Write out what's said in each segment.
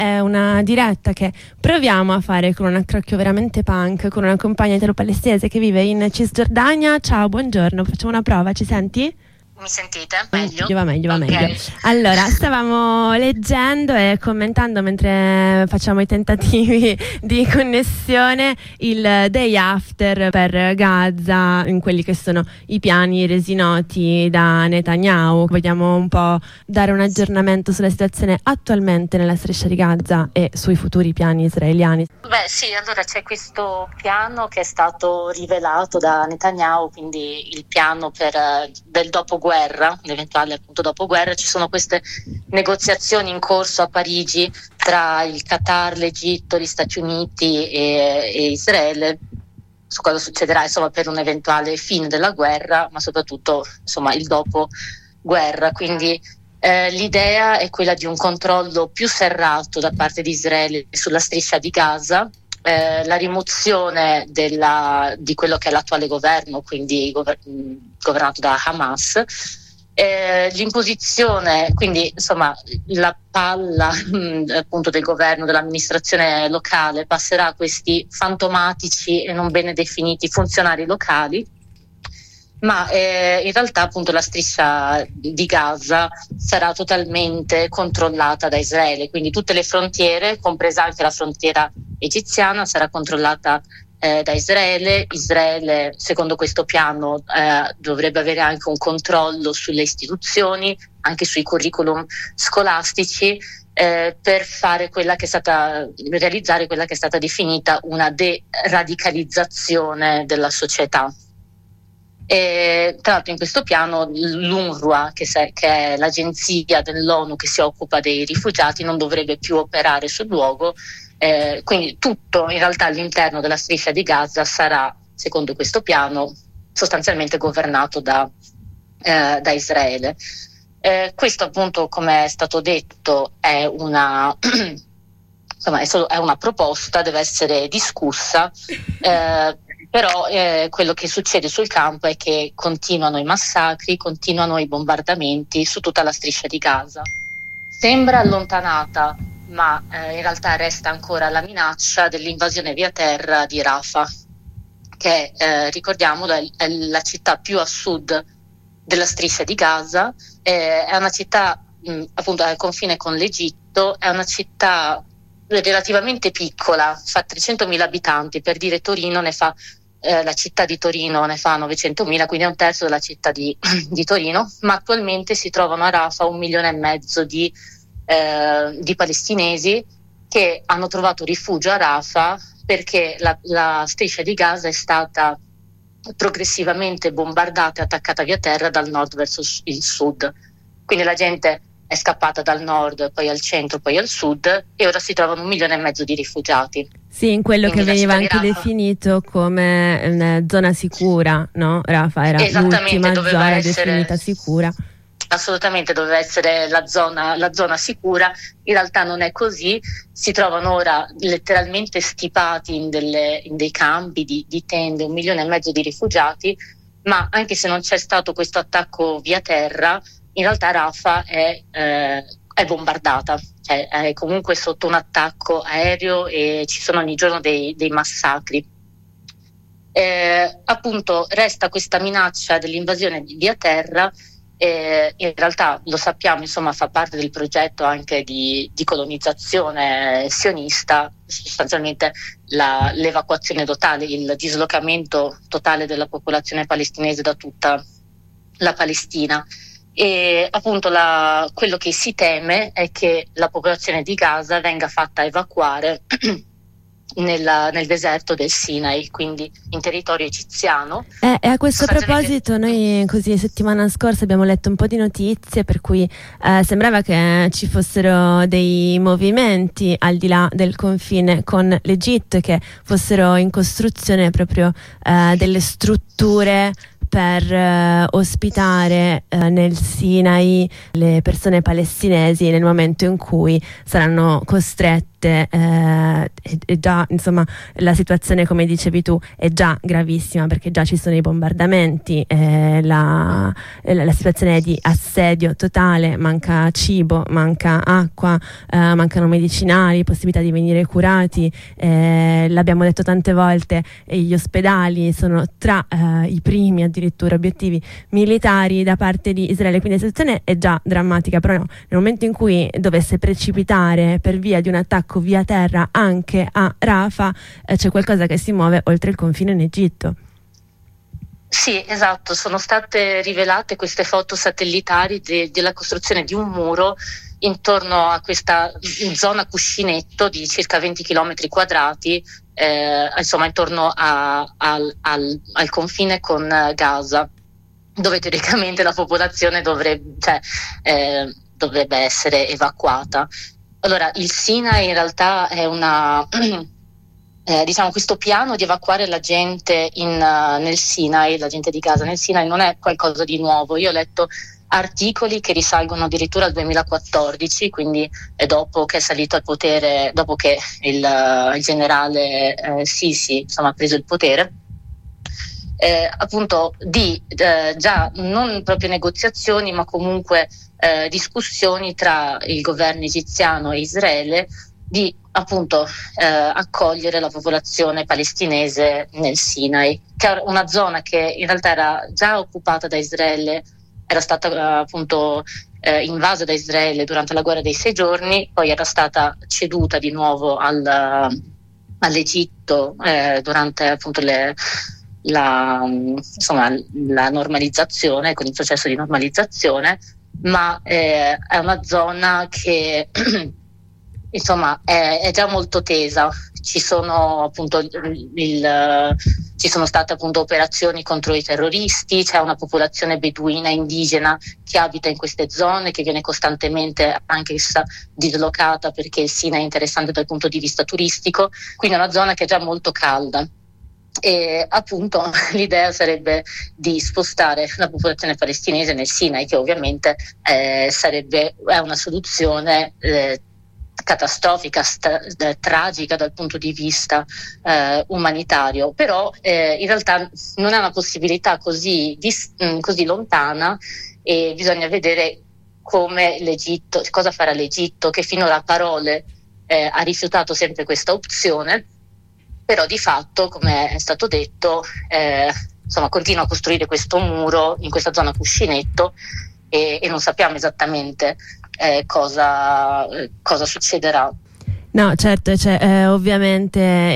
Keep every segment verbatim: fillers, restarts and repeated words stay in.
è una diretta che proviamo a fare con un accrocchio veramente punk, con una compagna italo-palestinese che vive in Cisgiordania. Ciao, buongiorno, facciamo una prova, ci senti? Mi sentite? Meglio? Va meglio, va okay. meglio. Allora, stavamo leggendo e commentando mentre facciamo i tentativi di connessione il day after per Gaza, in quelli che sono i piani resi noti da Netanyahu. Vogliamo un po' dare un aggiornamento sulla situazione attualmente nella striscia di Gaza e sui futuri piani israeliani. Beh sì, allora c'è questo piano che è stato rivelato da Netanyahu, quindi il piano per, del dopoguerra, l'eventuale appunto dopoguerra. Ci sono queste negoziazioni in corso a Parigi tra il Qatar, l'Egitto, gli Stati Uniti e, e Israele su cosa succederà insomma per un eventuale fine della guerra, ma soprattutto insomma il dopoguerra. Quindi eh, l'idea è quella di un controllo più serrato da parte di Israele sulla striscia di Gaza, eh, la rimozione della, di quello che è l'attuale governo, quindi gover- governato da Hamas, eh, l'imposizione, quindi insomma la palla mh, appunto del governo, dell'amministrazione locale passerà a questi fantomatici e non bene definiti funzionari locali, ma eh, in realtà appunto la striscia di Gaza sarà totalmente controllata da Israele, quindi tutte le frontiere, compresa anche la frontiera egiziana, sarà controllata eh, da Israele. Israele, secondo questo piano, eh, dovrebbe avere anche un controllo sulle istituzioni, anche sui curriculum scolastici, eh, per fare quella che è stata, realizzare quella che è stata definita una deradicalizzazione della società. E, tra l'altro in questo piano l'UNRWA, che, se, che è l'agenzia dell'ONU che si occupa dei rifugiati, non dovrebbe più operare sul luogo, eh, quindi tutto in realtà all'interno della striscia di Gaza sarà, secondo questo piano, sostanzialmente governato da, eh, da Israele. Eh, questo appunto, come è stato detto, è una, insomma, è, solo, è una proposta, deve essere discussa, eh, però eh, quello che succede sul campo è che continuano i massacri, continuano i bombardamenti su tutta la striscia di Gaza. Sembra allontanata, ma eh, in realtà resta ancora la minaccia dell'invasione via terra di Rafah, che eh, ricordiamolo è, è la città più a sud della striscia di Gaza, eh, è una città mh, appunto al confine con l'Egitto, è una città relativamente piccola, fa trecentomila abitanti, per dire Torino ne fa Eh, la città di Torino ne fa novecentomila, quindi è un terzo della città di, di Torino, ma attualmente si trovano a Rafah un milione e mezzo di, eh, di palestinesi che hanno trovato rifugio a Rafah perché la, la striscia di Gaza è stata progressivamente bombardata e attaccata via terra dal nord verso il sud, quindi la gente è scappata dal nord, poi al centro, poi al sud, e ora si trovano un milione e mezzo di rifugiati. Sì, in quello Quindi che veniva anche Rafah definito come una zona sicura, no? Rafah era l'ultima zona essere, definita sicura. Assolutamente, doveva essere la zona, la zona sicura. In realtà non è così, si trovano ora letteralmente stipati in, delle, in dei campi di, di tende, un milione e mezzo di rifugiati, ma anche se non c'è stato questo attacco via terra, in realtà Rafah è, eh, è bombardata, cioè è comunque sotto un attacco aereo e ci sono ogni giorno dei, dei massacri. Eh, appunto resta questa minaccia dell'invasione via terra, eh, in realtà lo sappiamo, insomma fa parte del progetto anche di, di colonizzazione sionista, sostanzialmente la, l'evacuazione totale, il dislocamento totale della popolazione palestinese da tutta la Palestina. E appunto la, quello che si teme è che la popolazione di Gaza venga fatta evacuare nella, nel deserto del Sinai, quindi in territorio egiziano. Eh, e a questo proposito noi così settimana scorsa abbiamo letto un po' di notizie per cui eh, sembrava che ci fossero dei movimenti al di là del confine con l'Egitto, che fossero in costruzione proprio eh, delle strutture per eh, ospitare eh, nel Sinai le persone palestinesi nel momento in cui saranno costrette. Eh, è, è già, insomma, la situazione, come dicevi tu, è già gravissima, perché già ci sono i bombardamenti, eh, la, la, la situazione è di assedio totale, manca cibo, manca acqua, eh, mancano medicinali, possibilità di venire curati, eh, l'abbiamo detto tante volte, gli ospedali sono tra eh, i primi addirittura obiettivi militari da parte di Israele, quindi la situazione è già drammatica, però no, nel momento in cui dovesse precipitare per via di un attacco via terra anche a Rafah, eh, c'è qualcosa che si muove oltre il confine in Egitto. Sì, esatto, sono state rivelate queste foto satellitari de- della costruzione di un muro intorno a questa zona cuscinetto di circa venti chilometri quadrati, eh, insomma intorno a, al, al, al confine con Gaza, dove teoricamente la popolazione dovrebbe, cioè, eh, dovrebbe essere evacuata. Allora, il Sinai in realtà è una, eh, diciamo, questo piano di evacuare la gente in, uh, nel Sinai, la gente di Gaza nel Sinai, non è qualcosa di nuovo. Io ho letto articoli che risalgono addirittura al duemilaquattordici, quindi è dopo che è salito al potere, dopo che il, uh, il generale eh, Sisi, insomma, ha preso il potere. Eh, appunto di eh, già non proprio negoziazioni, ma comunque eh, discussioni tra il governo egiziano e Israele di appunto eh, accogliere la popolazione palestinese nel Sinai, che è una zona che in realtà era già occupata da Israele, era stata eh, appunto eh, invasa da Israele durante la guerra dei sei giorni, poi era stata ceduta di nuovo al, all'Egitto eh, durante appunto le La, insomma, la normalizzazione, con il processo di normalizzazione, ma eh, è una zona che insomma è, è già molto tesa. Ci sono appunto il, il, ci sono state appunto operazioni contro i terroristi, c'è una popolazione beduina indigena che abita in queste zone, che viene costantemente anche essa dislocata perché il Sinai è interessante dal punto di vista turistico, quindi è una zona che è già molto calda. E appunto l'idea sarebbe di spostare la popolazione palestinese nel Sinai, che ovviamente eh, sarebbe è una soluzione eh, catastrofica, sta, eh, tragica dal punto di vista eh, umanitario, però eh, in realtà non è una possibilità così, dis, mh, così lontana, e bisogna vedere come l'Egitto, cosa farà l'Egitto, che finora a parole eh, ha rifiutato sempre questa opzione, però di fatto, come è stato detto, eh, insomma, continua a costruire questo muro in questa zona cuscinetto e, e non sappiamo esattamente eh, cosa, eh, cosa succederà. No, certo, c'è eh, ovviamente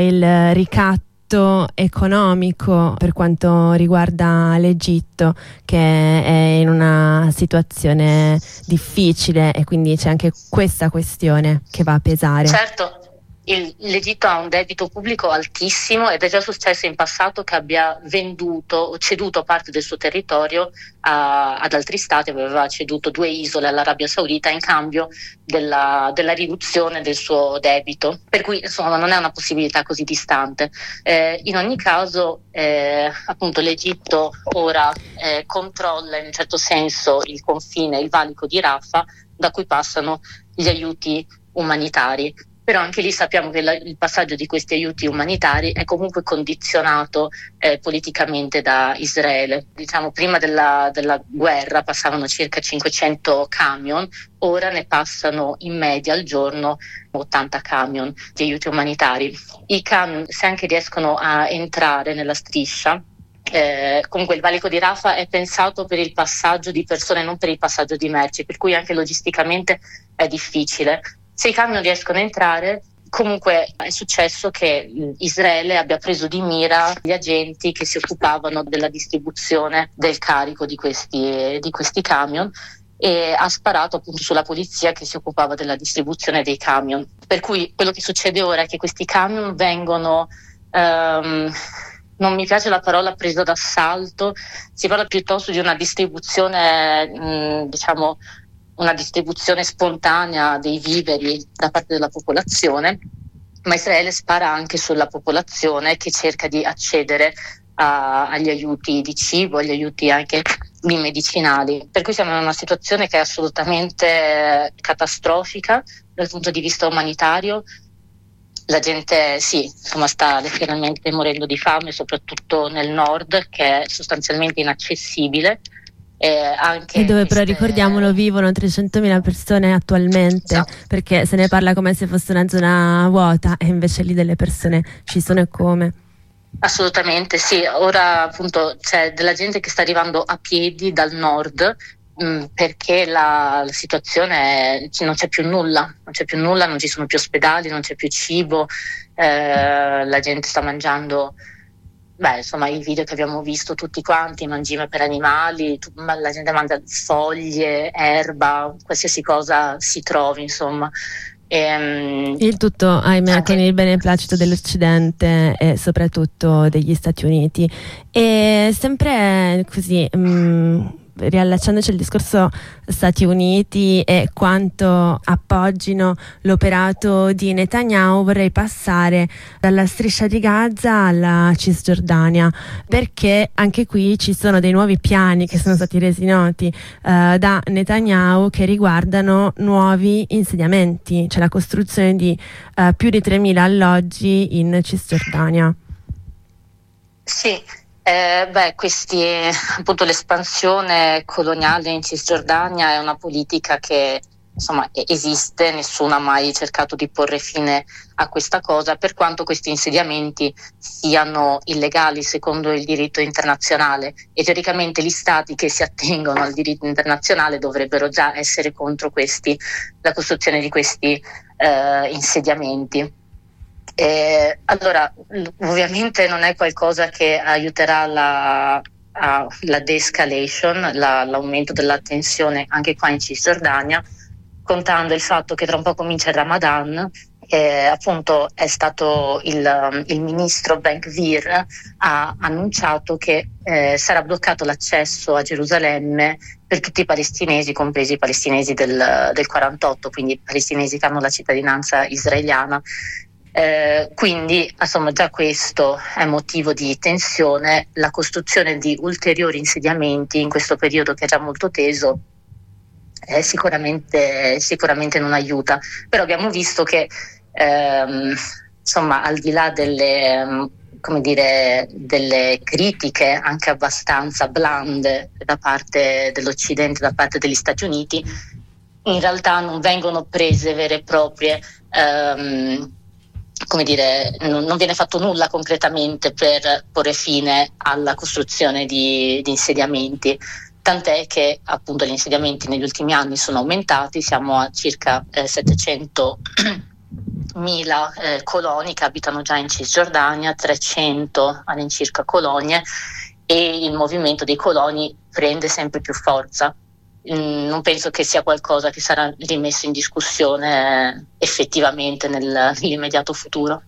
il ricatto economico per quanto riguarda l'Egitto, che è in una situazione difficile, e quindi c'è anche questa questione che va a pesare. Certo. Il, L'Egitto ha un debito pubblico altissimo ed è già successo in passato che abbia venduto o ceduto parte del suo territorio a, ad altri stati. Aveva ceduto due isole all'Arabia Saudita in cambio della, della riduzione del suo debito, per cui insomma non è una possibilità così distante. Eh, in ogni caso eh, appunto l'Egitto ora eh, controlla in un certo senso il confine, il valico di Rafah, da cui passano gli aiuti umanitari. Però anche lì sappiamo che la, il passaggio di questi aiuti umanitari è comunque condizionato eh, politicamente da Israele. Diciamo, prima della, della guerra passavano circa cinquecento camion, ora ne passano in media al giorno ottanta camion di aiuti umanitari. I camion, se anche riescono a entrare nella striscia, Eh, comunque il valico di Rafah è pensato per il passaggio di persone, non per il passaggio di merci, per cui anche logisticamente è difficile. Se i camion riescono a entrare, comunque è successo che Israele abbia preso di mira gli agenti che si occupavano della distribuzione del carico di questi, di questi camion, e ha sparato appunto sulla polizia che si occupava della distribuzione dei camion. Per cui quello che succede ora è che questi camion vengono... Um, non mi piace la parola presa d'assalto, si parla piuttosto di una distribuzione, mh, diciamo, una distribuzione spontanea dei viveri da parte della popolazione, ma Israele spara anche sulla popolazione che cerca di accedere a, agli aiuti di cibo, agli aiuti anche medicinali. Per cui siamo in una situazione che è assolutamente catastrofica dal punto di vista umanitario. La gente sì, insomma, sta letteralmente morendo di fame, soprattutto nel nord, che è sostanzialmente inaccessibile. Eh, anche e dove queste... però, ricordiamolo, vivono trecentomila persone attualmente, esatto. Perché se ne parla come se fosse una zona vuota e invece lì delle persone ci sono e come. Assolutamente sì, ora appunto c'è della gente che sta arrivando a piedi dal nord mh, perché la, la situazione è, non c'è più nulla, non c'è più nulla, non ci sono più ospedali, non c'è più cibo, eh, la gente sta mangiando, beh insomma i video che abbiamo visto tutti quanti, mangime per animali, tu, la gente mangia foglie, erba, qualsiasi cosa si trovi insomma. Ehm, Il tutto, ahimè, anche... con il beneplacito dell'Occidente e soprattutto degli Stati Uniti. E sempre così, mh, riallacciandoci al discorso Stati Uniti e quanto appoggino l'operato di Netanyahu, vorrei passare dalla striscia di Gaza alla Cisgiordania, perché anche qui ci sono dei nuovi piani che sono stati resi noti eh, da Netanyahu, che riguardano nuovi insediamenti, cioè la costruzione di eh, più di tremila alloggi in Cisgiordania. Sì. Eh, beh, questi, appunto, l'espansione coloniale in Cisgiordania è una politica che insomma esiste, nessuno ha mai cercato di porre fine a questa cosa, per quanto questi insediamenti siano illegali secondo il diritto internazionale, e teoricamente gli stati che si attengono al diritto internazionale dovrebbero già essere contro questi, la costruzione di questi eh, insediamenti. Eh, allora, ovviamente non è qualcosa che aiuterà la, a, la de-escalation, la, l'aumento della tensione anche qua in Cisgiordania, contando il fatto che tra un po' comincia il Ramadan. Eh, appunto è stato il, il ministro Ben Gvir ha annunciato che eh, sarà bloccato l'accesso a Gerusalemme per tutti i palestinesi, compresi i palestinesi del, del quarantotto, quindi i palestinesi che hanno la cittadinanza israeliana. Eh, quindi insomma già questo è motivo di tensione. La costruzione di ulteriori insediamenti in questo periodo che è già molto teso eh, sicuramente, sicuramente non aiuta, però abbiamo visto che ehm, insomma al di là delle, come dire, delle critiche anche abbastanza blande da parte dell'Occidente, da parte degli Stati Uniti, in realtà non vengono prese vere e proprie ehm, come dire, non, non viene fatto nulla concretamente per porre fine alla costruzione di, di insediamenti, tant'è che appunto gli insediamenti negli ultimi anni sono aumentati, siamo a circa eh, settecentomila eh, coloni che abitano già in Cisgiordania, trecento all'incirca colonie, e il movimento dei coloni prende sempre più forza. Non penso che sia qualcosa che sarà rimesso in discussione effettivamente nel, nell'immediato futuro.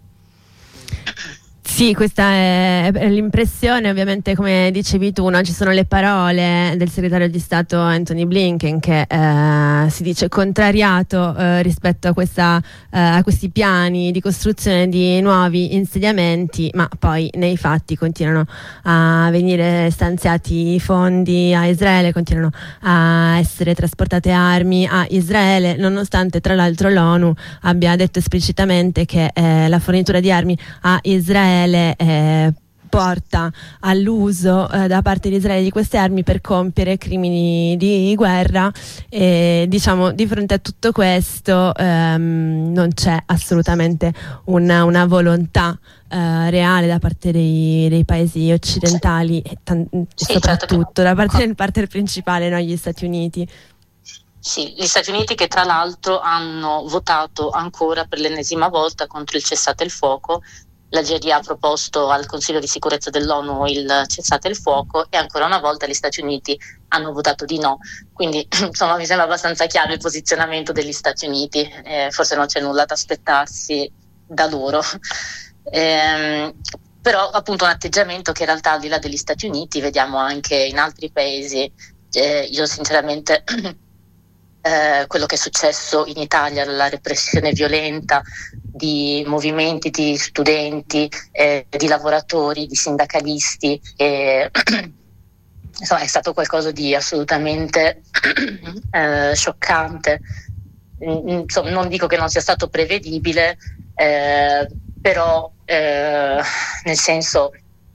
Sì, questa è, è l'impressione, ovviamente, come dicevi tu, no? Ci sono le parole del segretario di Stato Anthony Blinken che eh, si dice contrariato eh, rispetto a, questa, eh, a questi piani di costruzione di nuovi insediamenti, ma poi nei fatti continuano a venire stanziati fondi a Israele, continuano a essere trasportate armi a Israele, nonostante tra l'altro l'ONU abbia detto esplicitamente che eh, la fornitura di armi a Israele Eh, porta all'uso eh, da parte di Israele di queste armi per compiere crimini di guerra, e diciamo di fronte a tutto questo ehm, non c'è assolutamente una, una volontà eh, reale da parte dei, dei paesi occidentali e, tan- sì, soprattutto certo. da parte del partner principale, no, gli Stati Uniti. Sì, gli Stati Uniti che tra l'altro hanno votato ancora per l'ennesima volta contro il cessate il fuoco. L'Algeria ha proposto al Consiglio di sicurezza dell'ONU il cessate il fuoco e ancora una volta gli Stati Uniti hanno votato di no, quindi insomma mi sembra abbastanza chiaro il posizionamento degli Stati Uniti, eh, forse non c'è nulla da aspettarsi da loro. Ehm, però appunto un atteggiamento che in realtà al di là degli Stati Uniti vediamo anche in altri paesi. Eh, io sinceramente eh, quello che è successo in Italia, la repressione violenta di movimenti di studenti, eh, di lavoratori, di sindacalisti. E, insomma, è stato qualcosa di assolutamente eh, scioccante. Insomma, non dico che non sia stato prevedibile, eh, però eh, nel senso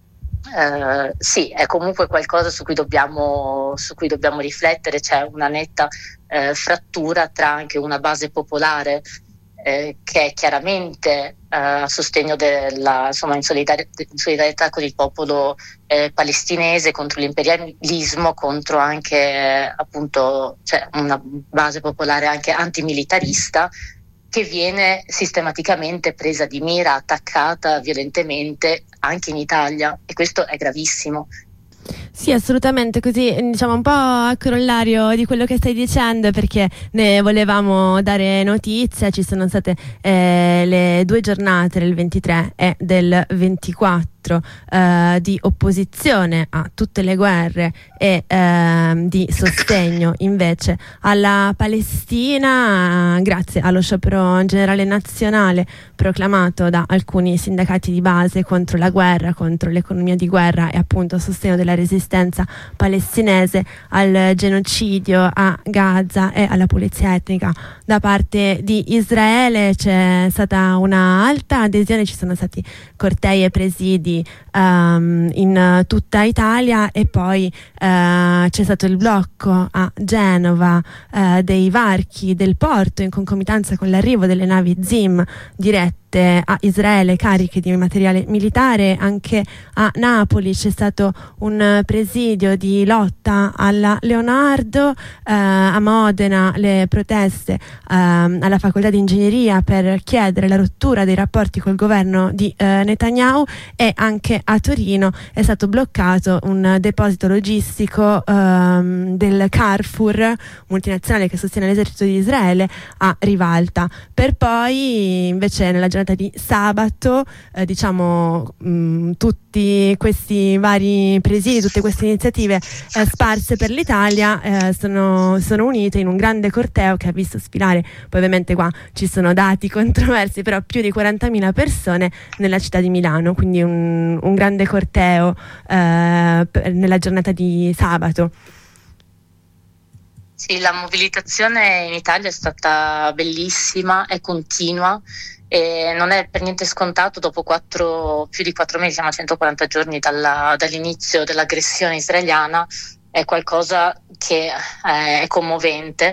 eh, sì, è comunque qualcosa su cui dobbiamo, su cui dobbiamo riflettere. C'è una netta eh, frattura tra anche una base popolare eh, che è chiaramente eh, a sostegno della, insomma, in solidarietà, in solidarietà con il popolo eh, palestinese, contro l'imperialismo, contro anche eh, appunto, cioè una base popolare anche antimilitarista, che viene sistematicamente presa di mira, attaccata violentemente anche in Italia, e questo è gravissimo. Sì, assolutamente, così diciamo un po' a corollario di quello che stai dicendo, perché ne volevamo dare notizia. Ci sono state eh, le due giornate del ventitré e del ventiquattro eh, di opposizione a tutte le guerre e eh, di sostegno invece alla Palestina, eh, grazie allo sciopero generale nazionale proclamato da alcuni sindacati di base contro la guerra, contro l'economia di guerra e appunto a sostegno della resistenza palestinese al genocidio a Gaza e alla pulizia etnica da parte di Israele. C'è stata una alta adesione, ci sono stati cortei e presidi um, in tutta Italia, e poi uh, c'è stato il blocco a Genova uh, dei varchi del porto in concomitanza con l'arrivo delle navi Zim dirette a Israele cariche di materiale militare. Anche a Napoli c'è stato un presidio di lotta alla Leonardo, eh, a Modena le proteste eh, alla facoltà di ingegneria per chiedere la rottura dei rapporti col governo di eh, Netanyahu, e anche a Torino è stato bloccato un deposito logistico ehm, del Carrefour, multinazionale che sostiene l'esercito di Israele, a Rivalta. Per poi invece nella giornata di sabato eh, diciamo mh, tutti questi vari presidi, tutte queste iniziative eh, sparse per l'Italia eh, sono, sono unite in un grande corteo che ha visto sfilare, poi ovviamente qua ci sono dati controversi, però più di quarantamila persone nella città di Milano, quindi un, un grande corteo eh, nella giornata di sabato. Sì, la mobilitazione in Italia è stata bellissima, è continua e non è per niente scontato. Dopo quattro, più di quattro mesi, siamo a centoquaranta giorni dalla, dall'inizio dell'aggressione israeliana, è qualcosa che è commovente,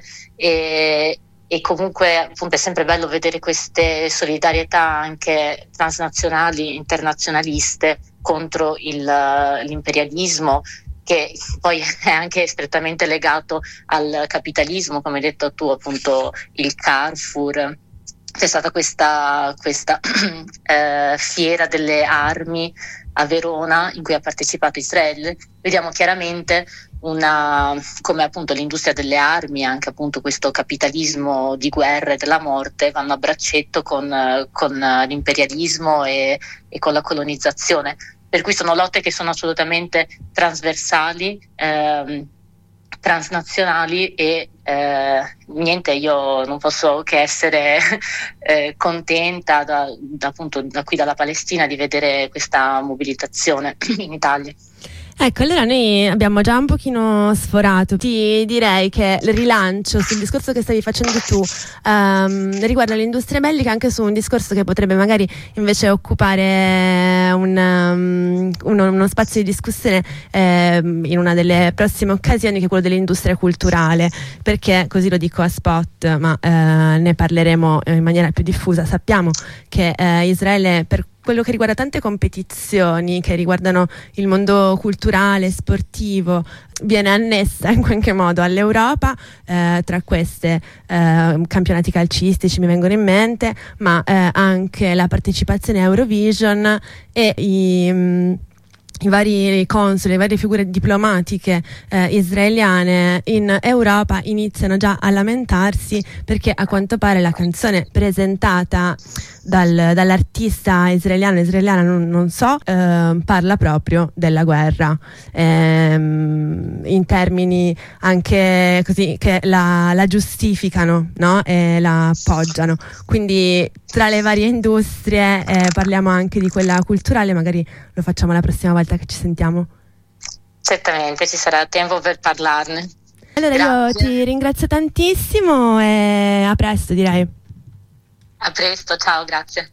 e, e comunque appunto è sempre bello vedere queste solidarietà anche transnazionali, internazionaliste contro il, l'imperialismo, che poi è anche strettamente legato al capitalismo, come hai detto tu, appunto il Carrefour. C'è stata questa, questa eh, fiera delle armi a Verona in cui ha partecipato Israele. Vediamo chiaramente una, come appunto l'industria delle armi, anche appunto questo capitalismo di guerra e della morte, vanno a braccetto con, con l'imperialismo e, e con la colonizzazione. Per cui sono lotte che sono assolutamente trasversali, ehm, transnazionali, e eh, niente, io non posso che essere eh, contenta da, da, appunto, da qui dalla Palestina di vedere questa mobilitazione in Italia. Ecco, allora noi abbiamo già un pochino sforato. Ti direi che il rilancio sul discorso che stavi facendo tu um, riguarda l'industria bellica, anche su un discorso che potrebbe magari invece occupare un, um, uno, uno spazio di discussione eh, in una delle prossime occasioni, che è quello dell'industria culturale, perché, così lo dico a spot, ma eh, ne parleremo in maniera più diffusa. Sappiamo che eh, Israele, per quello che riguarda tante competizioni che riguardano il mondo culturale, sportivo, viene annessa in qualche modo all'Europa, eh, tra queste eh, campionati calcistici mi vengono in mente, ma eh, anche la partecipazione a Eurovision e i... Mh, i vari consoli, le varie figure diplomatiche eh, israeliane in Europa iniziano già a lamentarsi, perché a quanto pare la canzone presentata dal, dall'artista israeliano, israeliana non, non so, eh, parla proprio della guerra, ehm, in termini anche così che la, la giustificano, no? E la appoggiano. Quindi tra le varie industrie eh, parliamo anche di quella culturale, magari lo facciamo la prossima volta che ci sentiamo. Certamente, ci sarà tempo per parlarne. Allora Grazie. io ti ringrazio tantissimo e a presto, direi. A presto, ciao, grazie.